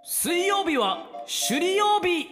水曜日は首里曜日。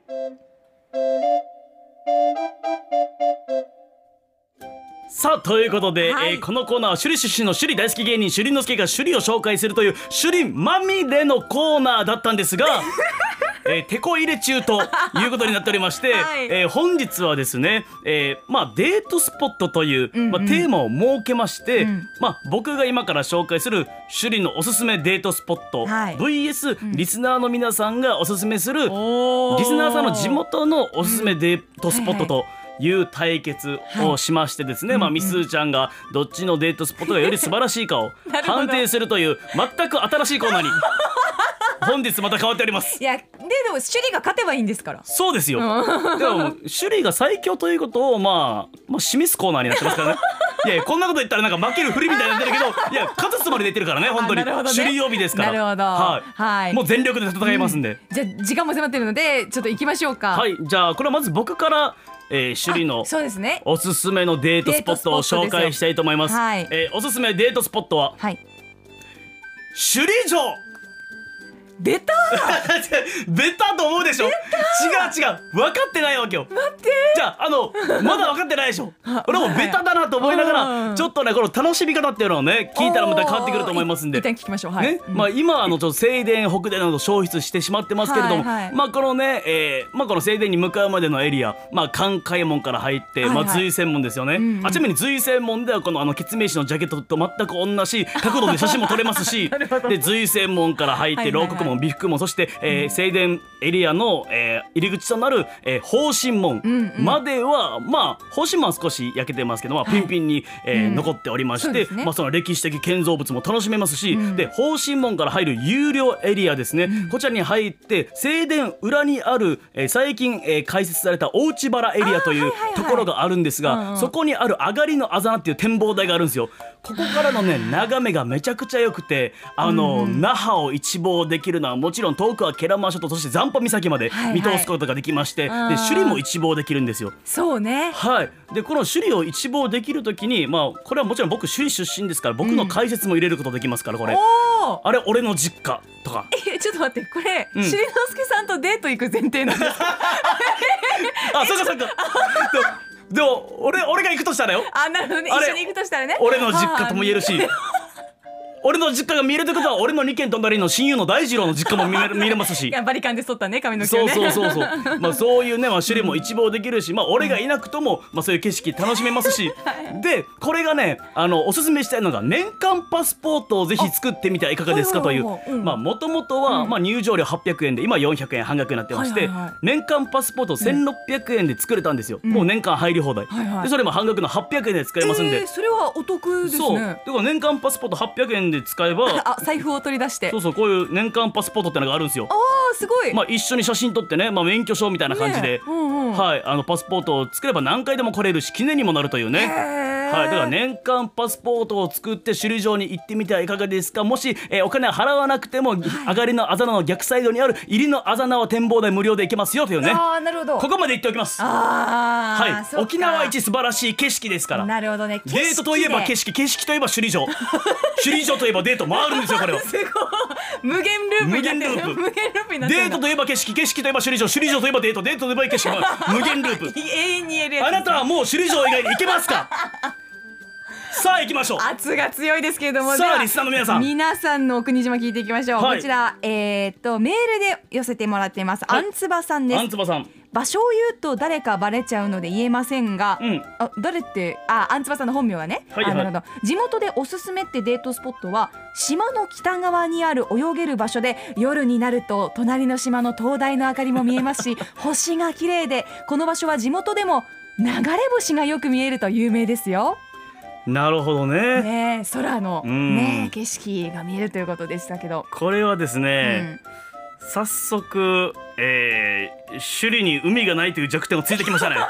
さあということで、 はいこのコーナーは首里出身の首里大好き芸人首里之助が首里を紹介するという首里まみれのコーナーだったんですがてこ入れ中ということになっておりまして、 はい本日はですね、デートスポットという、テーマを設けまして、僕が今から紹介する首里のおすすめデートスポット、 はい VS、リスナーの皆さんがおすすめするリスおーナーさんの地元のおすすめデートスポットという対決をしましてですね、みすーちゃんがどっちのデートスポットがより素晴らしいかをなるほど判定するという全く新しいコーナーに本日また変わっております。 いやでも首里が勝てばいいんですからそうですよ。でも首里が最強ということを示すコーナーになってますからね。いやいやこんなこと言ったらなんか負けるふりみたいになってるけど、いや勝つつもりで言ってるからね本当に。 なるほどね首里曜日ですから。 なるほどはいもう全力で戦いますんで。 じゃあ時間も迫ってるのでちょっと行きましょうか。 はい、じゃあこれはまず僕から首里のそうですね。 おすすめのデートスポットを紹介したいと思います。 はいおすすめデートスポットははい首里城。 出たベタと思うでしょ。違う分かってないわけよ。 待ってじゃあまだ分かってないでしょ。俺もベタだなと思いながらちょっとねこの楽しみ方っていうのをね聞いたらまた変わってくると思いますんで。 一旦聞きましょう。はいね、今ちょっと正殿北殿など消失してしまってますけれども、 はいはいこのね、この正殿に向かうまでのエリア、関海門から入って、 はいはい随泉門ですよね。ちなみに随泉門ではこのケツメイシのジャケットと全く同じ角度で写真も撮れますしで随泉門から入って牢獄門美福門そして、正殿エリアの、入り口となる、宝神門までは、宝神門は少し焼けてますけど、ピンピンに、残っておりまして、 そうですねその歴史的建造物も楽しめますし、で宝神門から入る有料エリアですね、こちらに入って正殿裏にある、最近、開設された大内原エリアというところがあるんですが、そこにある上がりのあざなっていう展望台があるんですよ。ここからのね眺めがめちゃくちゃ良くて那覇を一望できるのはもちろん遠くは慶良間諸島そして残波岬まで見通すことができまして、で首里も一望できるんですよ。 そうね。 はい、でこの首里を一望できるときに、これはもちろん僕首里出身ですから僕の解説も入れることできますから、これおお。 あれ俺の実家とか。 ちょっと待ってこれ首里之助さんとデート行く前提なんですか。 そうかでも俺が行くとしたらよ、 なるほどね。 あれ一緒に行くとしたらね。 俺の実家とも言えるし俺の実家が見えるってことは俺の2軒隣の親友の大二郎の実家も見れますしいやバリカンで剃ったね髪の毛そうをね。 そういうね、首里も一望できるし、俺がいなくとも、そういう景色楽しめますし、でこれがねおすすめしたいのが年間パスポートをぜひ作ってみてはいかがですかというもともとは、入場料800円で今400円半額になってまして、年間パスポート1600円で作れたんですよ、もう年間入り放題、でそれも半額の800円で使えますんで、 それはお得ですね。 そうだから年間パスポート800円で使えば財布を取り出してそうこういう年間パスポートってのがあるんですよ。 すごい。 一緒に写真撮ってね、免許証みたいな感じで、パスポートを作れば何回でも来れるし記念にもなるというね。だから年間パスポートを作って首里城に行ってみてはいかがですか。もし、お金は払わなくても、上がりのあざなの逆サイドにある入りのあざなは展望台無料で行けますよというね。 なるほど。 ここまで言っておきます。沖縄一素晴らしい景色ですから。 なるほどね。 デートといえば景色といえば首里城首里城といえばデート回るんですよこれは。 すごい無限ループになってる。無限ループになってる。 デートといえば景色といえば首里城といえばデートといえば景色無限ループ永遠に言えるやつ。 あなたはもう首里城以外に行けますか。さあ行きましょう。 圧が強いですけれども、 さあリスナーの皆さんのお国島聞いていきましょう。こちらメールで寄せてもらっています。あんつばさんです。 あんつばさん、 場所を言うと誰かバレちゃうので言えませんが、誰ってあんつばさんの本名はね、なるほど。地元でおすすめってデートスポットは島の北側にある泳げる場所で、夜になると隣の島の灯台の明かりも見えますし星が綺麗で、この場所は地元でも流れ星がよく見えると有名ですよ。 なるほどね。 空の景色が見えるということでしたけど、 これはですね、早速、首里に海がないという弱点をついてきましたね。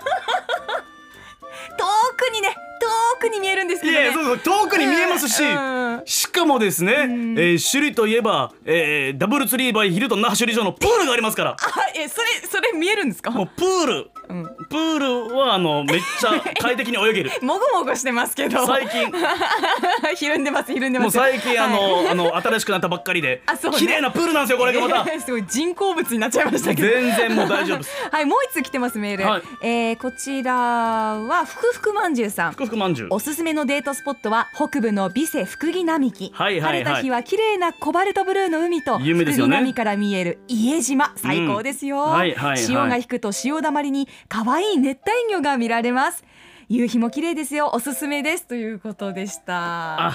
遠くに見えるんですけどね。 そう遠くに見えますし、しかもですね、首里といえば、ダブルツリーバイヒルトン那覇首里城のプールがありますから。 それ見えるんですか。 もうプールプールはめっちゃ快適に泳げるもごもごしてますけど最近ひるんでますもう最近新しくなったばっかりで綺麗なプールなんですよこれがまたすごい人工物になっちゃいましたけど全然もう大丈夫ですはい、もう一つ来てますメール、こちらはふくふくまんじゅうさん。 ふくふくまんじゅうおすすめのデートスポットは北部のビセ福木並木、 はいはいはい、 晴れた日は綺麗なコバルトブルーの海と有名ですよね、 福木並から見える家島、最高ですよ、 はいはいはい、 潮が引くと潮だまりに可愛い熱帯魚が見られます。夕日も綺麗ですよ、おすすめですということでした。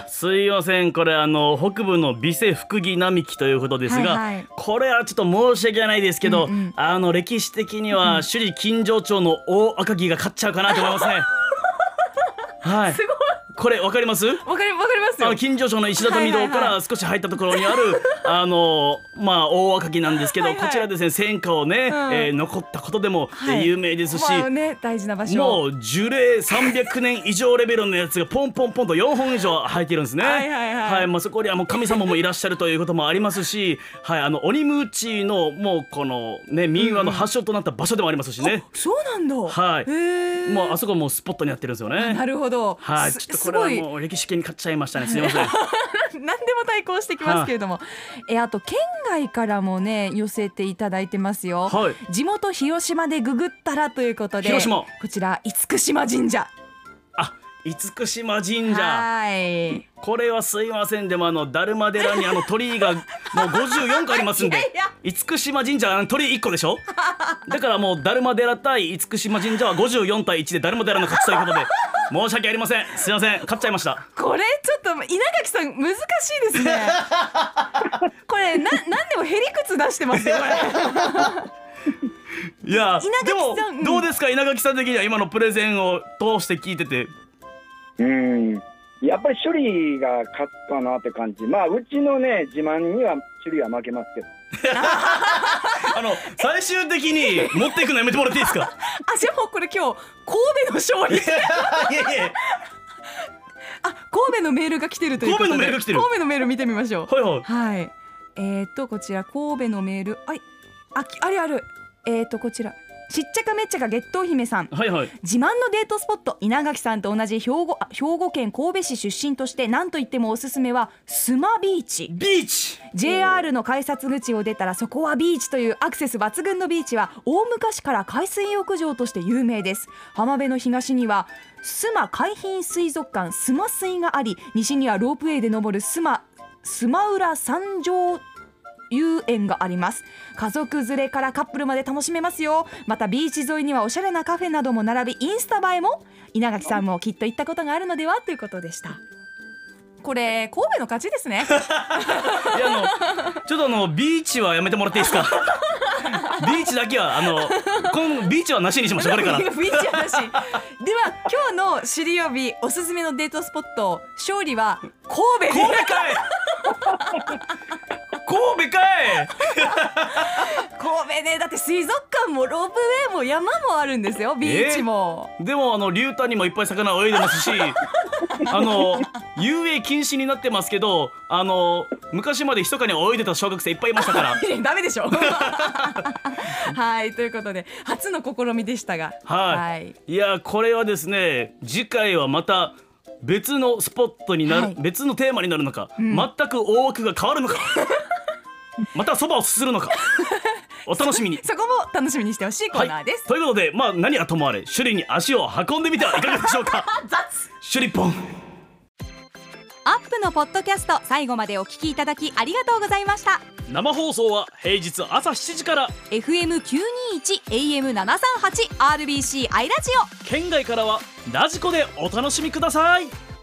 すいません、これ北部のビセ福木並木ということですが、はいはい、これはちょっと申し訳ないですけど、歴史的には首里金城町の大赤城が勝っちゃうかなと思いますねはい、すごいこれわかります？ わかりますよ。 金城町の石畳道から少し入ったところにある大赤城なんですけど、こちらですね戦火をね、残ったことでも有名ですし、 大事な場所、 もう樹齢300年以上レベルのやつがポンポンポンと4本以上生えてるんですね。そこにはもう神様もいらっしゃるということもありますし、鬼ムーチのもうこのね民話の発祥となった場所でもありますしね。 そうなんだ。 はい。もうあそこもスポットになってるんですよね。 なるほど。 はい。ちょっとこれはもう歴史系に勝っちゃいましたね。すみません。 何でも対抗してきますけれども、あと県外からもね寄せていただいてますよ。地元広島でググったらということで、こちら厳島神社。 厳島神社、これはすいません、でも達磨寺に鳥居がもう54個ありますんで厳島神社鳥居1個でしょだからもう達磨寺対厳島神社は54対1で達磨寺の勝ちということで申し訳ありません、すいません、勝っちゃいました。 これちょっと稲垣さん難しいですねこれ何でもへりくつ出してますよこれいやでもどうですか稲垣さん的には今のプレゼンを通して聞いてて。 やっぱり首里が勝つかなって感じ。うちのね自慢には首里は負けますけど最終的に持っていくのやめてもらっていいですかじゃあもうこれ今日神戸の勝利神戸のメールが来てるということで神戸のメール見てみましょう。はい、こちら神戸のメール、あるこちらしっちゃかめっちゃか月桃姫さん、自慢のデートスポット、稲垣さんと同じ兵庫県神戸市出身として何と言ってもおすすめは須磨ビーチ。JR の改札口を出たらそこはビーチというアクセス抜群のビーチは大昔から海水浴場として有名です。浜辺の東には須磨海浜水族館須磨水があり、西にはロープウェイで登る須磨浦三条遊園があります。家族連れからカップルまで楽しめますよ。またビーチ沿いにはおしゃれなカフェなども並び、インスタ映えも。稲垣さんもきっと行ったことがあるのではということでした。これ神戸の勝ちですねいやちょっとビーチはやめてもらっていいですかビーチだけはこのビーチはなしにしましょうこれからビーチはなしでは今日の首里帯おすすめのデートスポット、勝利は神戸かい神戸かい神戸ね、だって水族館もロープウェイも山もあるんですよ、ビーチも。 でも流タンにもいっぱい魚泳いでますし遊泳禁止になってますけど昔まで密かに泳いでた小学生いっぱいいましたからダメでしょはい、ということで初の試みでしたが、 いやこれはですね、次回はまた別のスポットになる、別のテーマになるのか、全く大枠が変わるのかまたそばをすするのかお楽しみにそこも楽しみにしてほしいコーナーです、 ということで何はともあれ首里に足を運んでみてはいかがでしょうか首里ポンアップのポッドキャスト、最後までお聞きいただきありがとうございました。 生放送は平日朝7時から FM921 AM738 RBC アイラジオ、 県外からはラジコでお楽しみください。